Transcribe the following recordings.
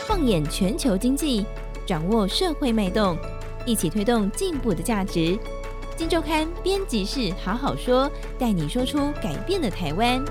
放眼全球经济，掌握社会脉动，一起推动进步的价值。今周刊编辑室好好说，带你说出改变的台湾。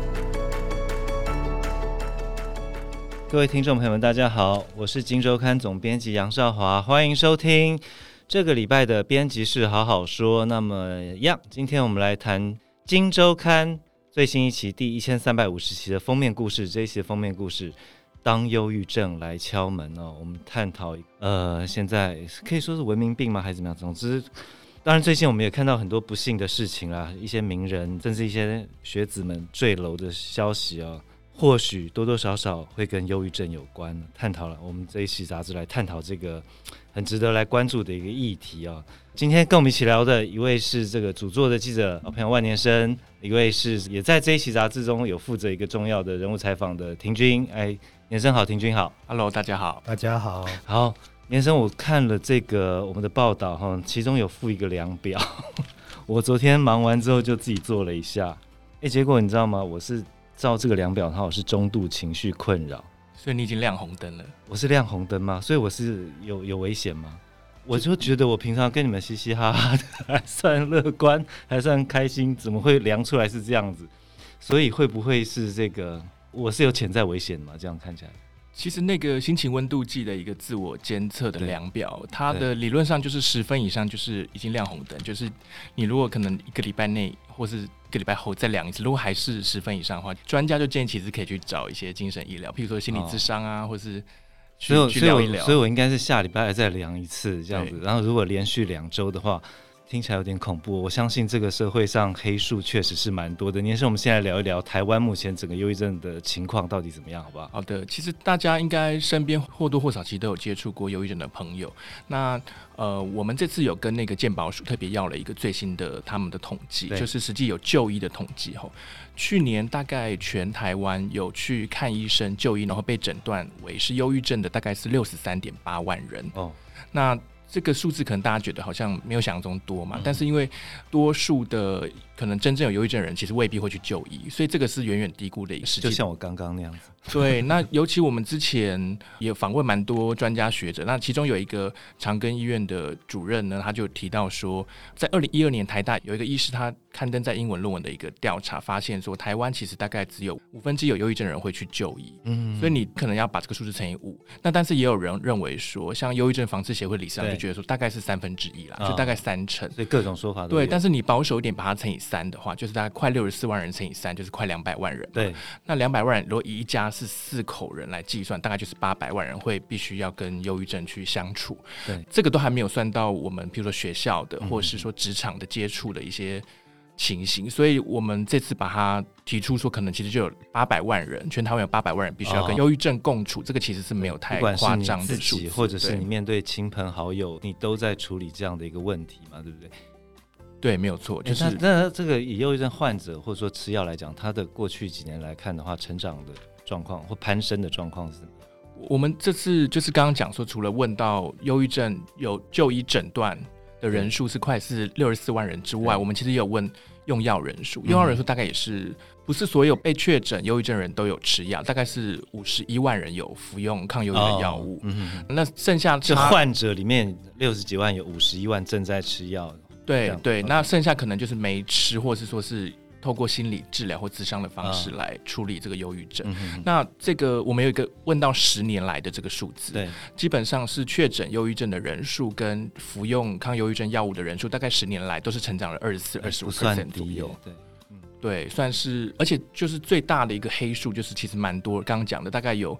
各位听众朋友们大家好，我是今周刊总编辑杨少华，欢迎收听这个礼拜的编辑室好好说。那么今天我们来谈今周刊最新一期第1350期的封面故事。这一期的封面故事，当忧郁症来敲门哦，我们探讨现在可以说是文明病吗还是怎么样，总之当然最近我们也看到很多不幸的事情啦，一些名人甚至一些学子们坠楼的消息哦，或许多多少少会跟忧郁症有关。探讨了我们这一期杂志来探讨这个很值得来关注的一个议题哦。今天跟我们一起聊的一位是这个主作的记者老朋友万年生，一位是也在这一期杂志中有负责一个重要的人物采访的庭君。年生好，庭君好。 Hello， 大家好。 大家好。 好，年生，我看了这个我们的报道，其中有附一个量表我昨天忙完之后就自己做了一下，结果你知道吗，我是照这个量表，我是中度情绪困扰。 所以你已经亮红灯了？ 我是亮红灯吗？所以我是有危险吗？我就觉得我平常跟你们嘻嘻哈哈的还算乐观，还算开心，怎么会量出来是这样子？所以会不会是这个我是有潜在危险吗？这样看起来其实那个心情温度计的一个自我监测的量表，它的理论上就是10分以上就是已经亮红灯，就是你如果可能一个礼拜内或是一个礼拜后再量一次，如果还是10分以上的话，专家就建议其实可以去找一些精神医疗，譬如说心理咨商啊，或是去聊一聊。 所以我应该是下礼拜再量一次这样子，然后如果连续2周的话，听起来有点恐怖。我相信这个社会上黑数确实是蛮多的。年生，我们现在聊一聊台湾目前整个忧郁症的情况到底怎么样，好不好？ 好的，其实大家应该身边或多或少其实都有接触过忧郁症的朋友。那我们这次有跟那个健保署特别要了一个最新的他们的统计，就是实际有就医的统计。去年大概全台湾有去看医生就医，然后被诊断为是忧郁症的大概是63.8万人。那这个数字可能大家觉得好像没有想象中多嘛，但是因为多数的可能真正有忧郁症的人其实未必会去就医，所以这个是远远低估的一个实际。 就像我刚刚那样子。 对，那尤其我们之前也访问蛮多专家学者，那其中有一个长庚医院的主任呢，他就提到说，在2012年台大有一个医师他刊登在英文论文的一个调查，发现说台湾其实大概只有1/5有忧郁症的人会去就医，所以你可能要把这个数字乘以5。那但是也有人认为说，像忧郁症防治协会理事长就觉得说大概是1/3啦，就大概3成， 所以各种说法都有。 对，但是你保守一点把它乘以3的话，就是大概快64万人乘以3，就是快200万人。 对， 那200万人如果一家是4口人来计算，大概就是800万人会必须要跟忧郁症去相处。 对， 这个都还没有算到我们譬如说学校的或是说职场的接触的一些情形，所以我们这次把它提出说，可能其实就有800万人，全台湾有800万人必须要跟忧郁症共处，这个其实是没有太夸张的数字， 或者是你面对亲朋好友，你都在处理这样的一个问题嘛，对不对？ 对，没有错。就是那这个以忧郁症患者或者说吃药来讲，他的过去几年来看的话，成长的状况或攀升的状况是什么？ 我们这次就是刚刚讲说，除了问到忧郁症有就医诊断的人数是快是64万人之外，我们其实也有问用药人数，用药人数大概也是不是所有被确诊忧郁症人都有吃药，大概是51万人有服用抗忧郁的药物。那剩下就患者里面60几万有51万正在吃药。 对对，那剩下可能就是没吃，或是说是透过心理治疗或咨商的方式来处理这个忧郁症。那这个我们有一个问到10年来的这个数字， 对， 基本上是确诊忧郁症的人数跟服用抗忧郁症药物的人数，大概10年来都是成长了24-25% 左右。对，算是，而且就是最大的一个黑数，就是其实蛮多，刚刚讲的大概有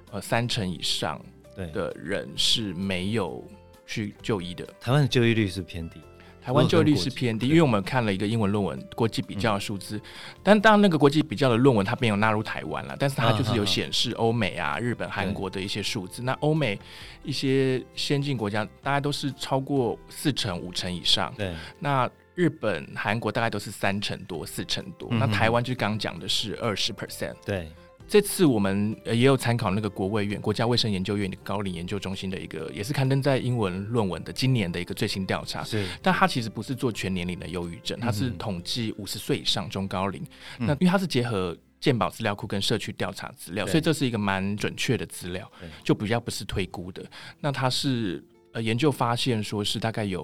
3成以上的人是没有去就医的。 台湾的就医率是偏低。 台湾就医率是偏低，因为我们看了一个英文论文国际比较的数字，但当然那个国际比较的论文它没有纳入台湾了，但是它就是有显示欧美啊、日本、韩国的一些数字。那欧美一些先进国家大概都是超过4成、5成以上，对。那日本、韩国大概都是3成多、4成多，那台湾就刚讲的是20%，对。这次我们也有参考那个国卫院国家卫生研究院高龄研究中心的一个，也是刊登在英文论文的今年的一个最新调查，但它其实不是做全年龄的忧郁症，它是统计50岁以上中高龄。那因为它是结合健保资料库跟社区调查资料，所以这是一个蛮准确的资料，就比较不是推估的。那它是研究发现说是大概有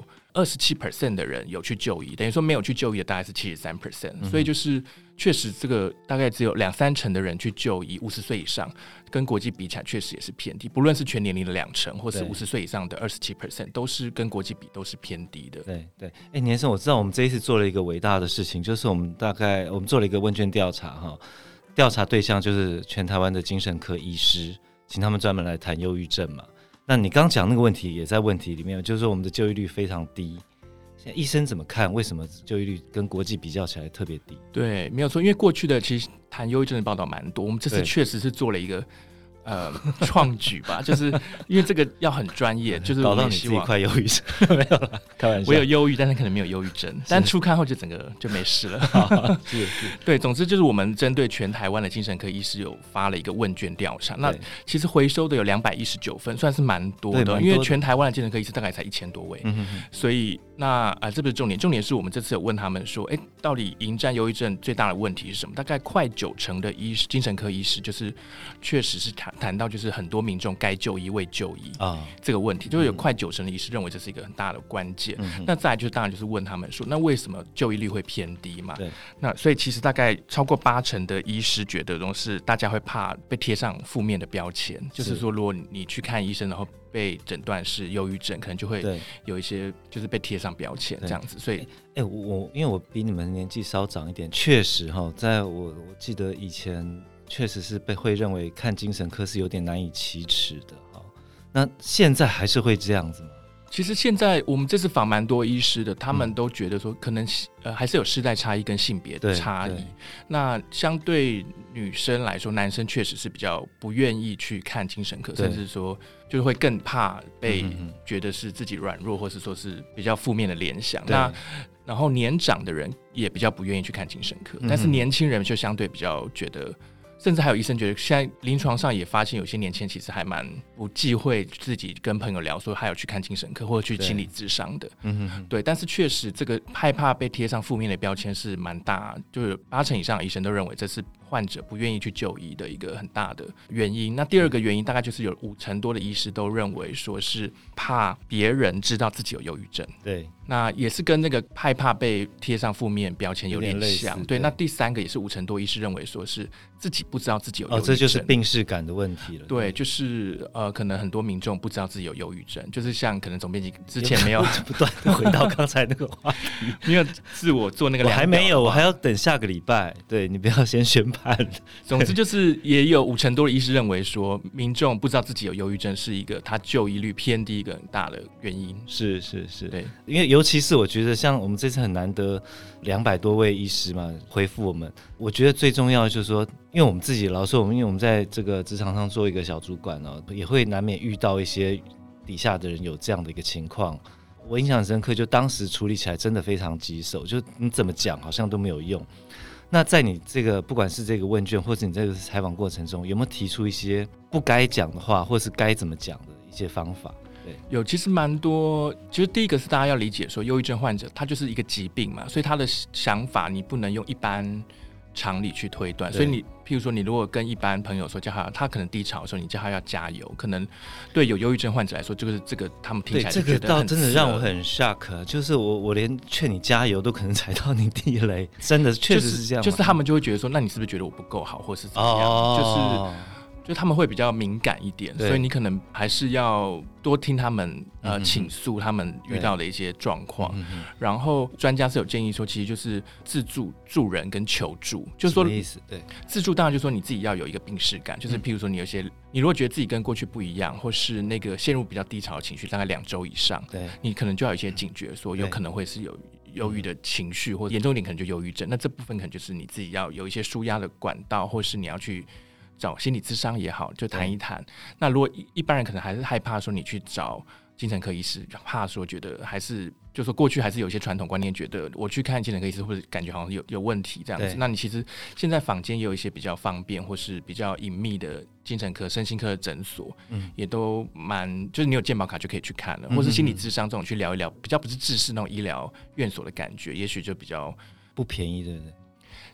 27% 的人有去就医，等于说没有去就医的大概是 73%，所以就是确实这个大概只有2-3成的人去就医，50岁以上跟国际比起来确实也是偏低，不论是全年龄的2成或是50岁以上的27%，都是跟国际比都是偏低的。 对对，年生，我知道我们这一次做了一个伟大的事情，就是我们做了一个问卷调查哈，调查对象就是全台湾的精神科医师，请他们专门来谈忧郁症嘛。那你刚讲那个问题也在问题里面，就是说我们的就医率非常低，现在医生怎么看？为什么就医率跟国际比较起来特别低？ 对，没有错，因为过去的其实谈忧郁症的报道蛮多，我们这次确实是做了一个创举吧，就是因为这个要很专业，就是搞到你自己快忧郁症没有啦，开玩笑， 我有忧郁，但是可能没有忧郁症，但初刊后就整个就没事了。 是对，总之就是我们针对全台湾的精神科医师有发了一个问卷调查，那其实回收的有219份，算是蛮多的，因为全台湾的精神科医师大概才1000多位，所以那这不是重点，重点是我们这次有问他们说，到底迎战忧郁症最大的问题是什么？大概快90%的精神科医师就是确实是谈到就是很多民众该就医未就医这个问题，就是有快90%的医师认为这是一个很大的关键。那再来就是当然就是问他们说，那为什么就医率会偏低嘛？那所以其实大概超过80%的医师觉得都是大家会怕被贴上负面的标签，就是说如果你去看医生然后被诊断是忧郁症，可能就会有一些就是被贴上标签这样子。所以因为我比你们年纪稍长一点，确实在我记得以前确实是会认为看精神科是有点难以启齿的。那现在还是会这样子吗？ 其实现在我们这次访蛮多医师的，他们都觉得说可能还是有世代差异跟性别的差异。那相对女生来说，男生确实是比较不愿意去看精神科，甚至说就是会更怕被觉得是自己软弱，或是说是比较负面的联想。那然后年长的人也比较不愿意去看精神科，但是年轻人就相对比较觉得。甚至还有医生觉得，现在临床上也发现有些年轻人其实还蛮不忌讳自己跟朋友聊说还有去看精神科或者去心理咨商的。对，但是确实这个害怕被贴上负面的标签是蛮大，就有80%以上的医生都认为这是患者不愿意去就医的一个很大的原因。那第二个原因大概就是有50%多的医师都认为说是怕别人知道自己有忧郁症。 对， 那也是跟那个害怕被贴上负面标签有点像。对，那第三个也是50%多医师认为说是自己不知道自己有忧郁症。 这就是病识感的问题了。 对，就是可能很多民众不知道自己有忧郁症，就是像可能总编辑之前没有不断的回到刚才那个话题， 没有自我做那个我还没有，我还要等下个礼拜。对，你不要先宣判。 总之就是也有50%多的医师认为说，民众不知道自己有忧郁症是一个他就医率偏低一个很大的原因。 是， 对， 因为尤其是我觉得像我们这次很难得200多位医师嘛回复我们，我觉得最重要的就是说，因为我们自己老说，因为我们在这个职场上做一个小主管也会难免遇到一些底下的人有这样的一个情况。我印象很深刻，就当时处理起来真的非常棘手，就你怎么讲好像都没有用。那在你这个不管是这个问卷或者你这个采访过程中，有没有提出一些不该讲的话，或是该怎么讲的一些方法？ 有，其实蛮多。其实第一个是大家要理解说，忧郁症患者他就是一个疾病嘛，所以他的想法你不能用一般常理去推断。所以你譬如说，你如果跟一般朋友说叫他可能低潮的时候，你叫他要加油，可能对有忧郁症患者来说，就是这个他们听起来就觉得很这个倒真的让我很 shock， 就是我连劝你加油都可能踩到你地雷，真的确实是这样。 就是他们就会觉得说，那你是不是觉得我不够好，或是怎么样？就他们会比较敏感一点，所以你可能还是要多听他们倾诉他们遇到的一些状况。然后专家是有建议说，其实就是自助、助人跟求助，就是说什么意思？对， 自助当然就是说你自己要有一个病识感，就是譬如说你如果觉得自己跟过去不一样，或是那个陷入比较低潮的情绪，大概2周以上，对，你可能就要有一些警觉，说有可能会是有忧郁的情绪，或者严重一点可能就忧郁症。那这部分可能就是你自己要有一些抒压的管道，或是你要去找心理咨商也好，就谈一谈。那如果一般人可能还是害怕说你去找精神科医师，怕说觉得还是就说过去还是有一些传统观念，觉得我去看精神科医师或者感觉好像有问题这样子。那你其实现在坊间也有一些比较方便或是比较隐秘的精神科、身心科的诊所，也都就是你有健保卡就可以去看了，或是心理咨商这种去聊一聊，比较不是制式那种医疗院所的感觉，也许就比较不便宜，对不对？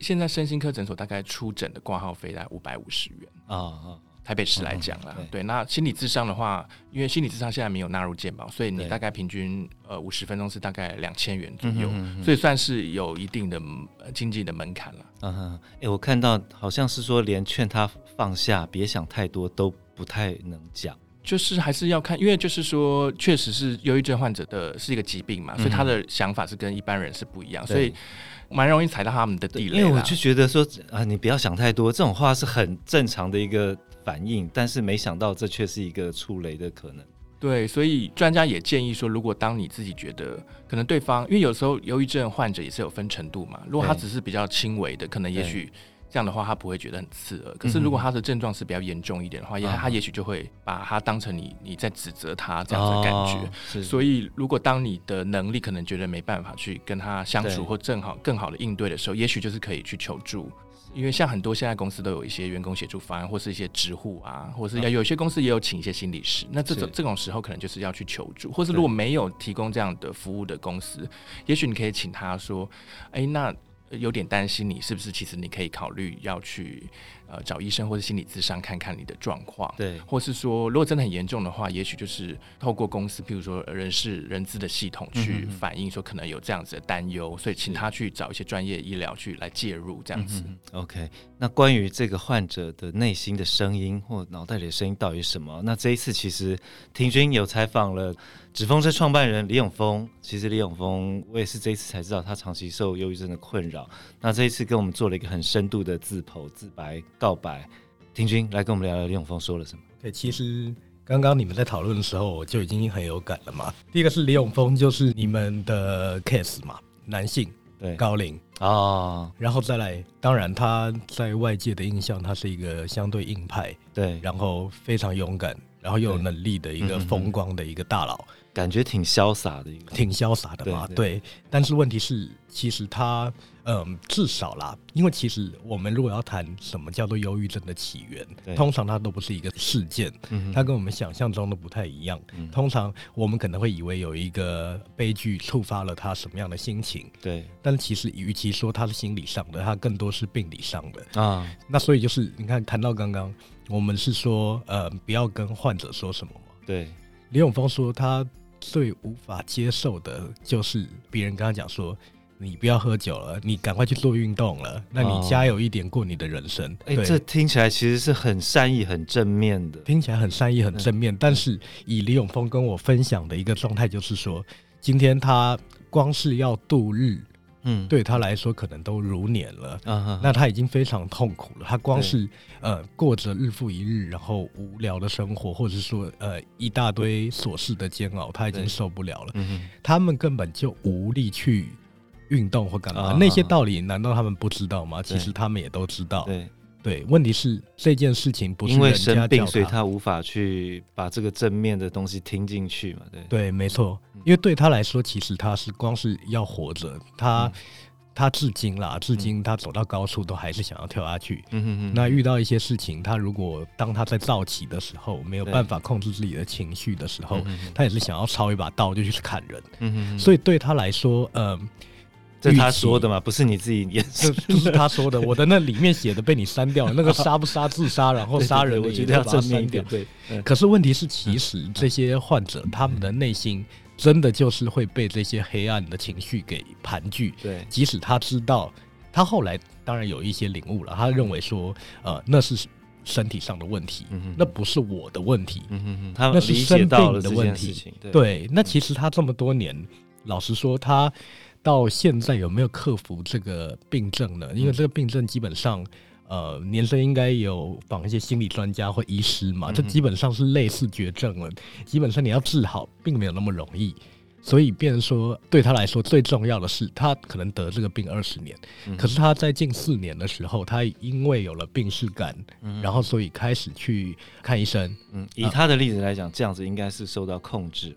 现在身心科诊所大概出诊的挂号费大概550元啊。台北市来讲啦，对，那心理咨商的话，因为心理咨商现在没有纳入健保，所以你大概平均50分钟是大概2000元左右，所以算是有一定的经济的门槛了。 我看到好像是说连劝他放下别想太多都不太能讲， 就是还是要看，因为就是说确实是忧郁症患者的是一个疾病嘛，所以他的想法是跟一般人是不一样，所以蛮容易踩到他们的地雷啦。 因为我就觉得说你不要想太多，这种话是很正常的一个反应，但是没想到这却是一个触雷的可能。 对，所以专家也建议说，如果当你自己觉得可能对方，因为有时候忧郁症患者也是有分程度嘛，如果他只是比较轻微的，可能也许这样的话他不会觉得很刺耳，可是如果他的症状是比较严重一点的话，他也许就会把他当成你在指责他这样子的感觉。所以如果当你的能力可能觉得没办法去跟他相处或更好的应对的时候，也许就是可以去求助。因为像很多现在公司都有一些员工协助方案，或是一些职护啊，或是有些公司也有请一些心理师，那这种时候可能就是要去求助，或是如果没有提供这样的服务的公司，也许你可以请他说，那有点担心你是不是其实你可以考虑要去找医生或者心理咨商看看你的状况， 对， 或是说如果真的很严重的话，也许就是透过公司譬如说人资的系统去反映说可能有这样子的担忧，所以请他去找一些专业医疗去来介入这样子。 OK， 那关于这个患者的内心的声音或脑袋里的声音到底是什么？那这一次其实庭君有采访了纸风车创办人李永丰，其实李永丰我也是这一次才知道他长期受忧郁症的困扰，那这一次跟我们做了一个很深度的自剖自白告白。庭君来跟我们聊聊李永丰说了什么。 对，其实刚刚你们在讨论的时候我就已经很有感了嘛。第一个是李永丰，就是你们的 case 嘛，男性，对，高龄然后再来，当然他在外界的印象他是一个相对硬派，对，然后非常勇敢，然后又有能力的一个风光的一个大佬， 感觉挺潇洒的一个， 挺潇洒的嘛，对。但是问题是，其实他至少啦，因为其实我们如果要谈什么叫做忧郁症的起源，通常它都不是一个事件，它跟我们想象中的不太一样。通常我们可能会以为有一个悲剧触发了他什么样的心情，对。但是其实与其说他是心理上的，他更多是病理上的啊。那所以就是你看，谈到刚刚我们是说不要跟患者说什么嘛，对。李永丰说他最无法接受的就是别人跟他讲说，你不要喝酒了，你赶快去做运动了，那你加油一点过你的人生。 这听起来其实是很善意很正面的， 听起来很善意很正面，但是以李永丰跟我分享的一个状态就是说，今天他光是要度日，对他来说可能都如年了，那他已经非常痛苦了。他光是过着日复一日，然后无聊的生活，或者是说一大堆琐事的煎熬，他已经受不了了。他们根本就无力去运动或干嘛，那些道理难道他们不知道吗？其实他们也都知道。对，问题是这件事情不是因为生病，所以他无法去把这个正面的东西听进去嘛？ 对，没错。因为对他来说，其实他是光是要活着，他至今他走到高处都还是想要跳下去。那遇到一些事情，他如果当他在躁起的时候，没有办法控制自己的情绪的时候，他也是想要抄一把刀就去砍人。所以对他来说， 这是他说的嘛，不是你自己演的。这是他说的，我的那里面写的被你删掉了。那个杀不杀自杀，然后杀人， 我觉得要正面一点。 对，可是问题是，其实这些患者他们的内心真的就是会被这些黑暗的情绪给盘踞。对，即使他知道，他后来当然有一些领悟了，他认为说，那是身体上的问题，那不是我的问题， 那是生病的问题。对，那其实他这么多年，老实说，他到现在有没有克服这个病症呢？因为这个病症基本上，年生应该有访一些心理专家或医师嘛，这基本上是类似绝症了。基本上你要治好，并没有那么容易。所以变成说，对他来说最重要的是，他可能得这个病20年，可是他在近4年的时候，他因为有了病识感，然后所以开始去看医生。 以他的例子来讲，这样子应该是受到控制嘛。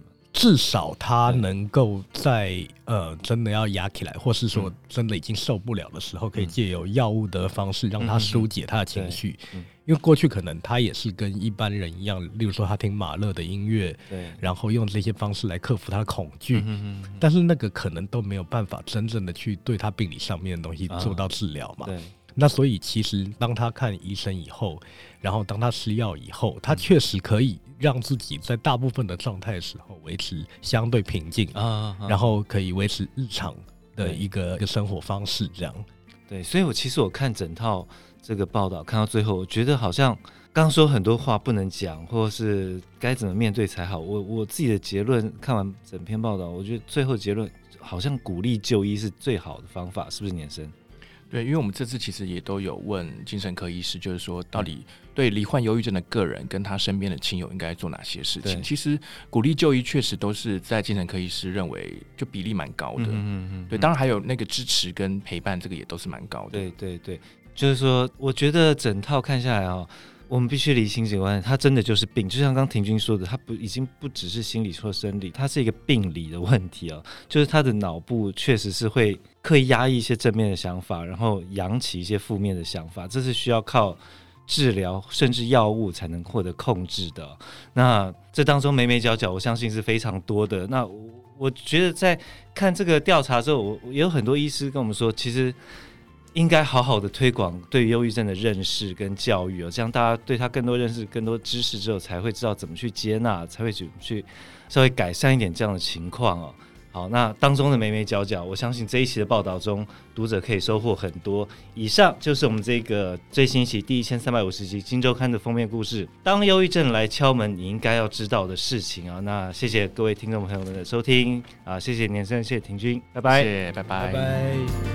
至少他能够在真的要压起来，或是说真的已经受不了的时候，可以借由药物的方式让他疏解他的情绪。因为过去可能他也是跟一般人一样，例如说他听马勒的音乐，然后用这些方式来克服他的恐惧，但是那个可能都没有办法真正的去对他病理上面的东西做到治疗嘛。那所以其实当他看医生以后，然后当他吃药以后，他确实可以让自己在大部分的状态的时候维持相对平静，然后可以维持日常的一个生活方式这样。 对，所以我看整套这个报道看到最后，我觉得好像刚刚说很多话不能讲，或是该怎么面对才好。我自己的结论，看完整篇报道，我觉得最后结论好像鼓励就医是最好的方法，是不是年生？ 对，因为我们这次其实也都有问精神科医师，就是说到底对罹患忧郁症的个人跟他身边的亲友应该做哪些事情。其实鼓励就医确实都是在精神科医师认为就比例蛮高的。对，当然还有那个支持跟陪伴，这个也都是蛮高的。 对，就是说我觉得整套看下来我们必须厘清警官，他真的就是病，就像刚庭君说的，他已经不只是心理或生理，他是一个病理的问题就是他的脑部确实是会刻意压抑一些正面的想法，然后扬起一些负面的想法，这是需要靠治疗甚至药物才能获得控制的。那这当中眉眉角角，我相信是非常多的。那我觉得在看这个调查之后，我也有很多医师跟我们说，其实应该好好的推广对忧郁症的认识跟教育这样大家对他更多认识、更多知识之后，才会知道怎么去接纳，才会去稍微改善一点这样的情况好，那当中的眉眉角角，我相信这一期的报道中，读者可以收获很多。以上就是我们这个最新一期第1350集《今周刊》的封面故事。当忧郁症来敲门，你应该要知道的事情那谢谢各位听众朋友们的收听谢谢年生，谢谢庭君，拜拜， 谢谢，拜拜。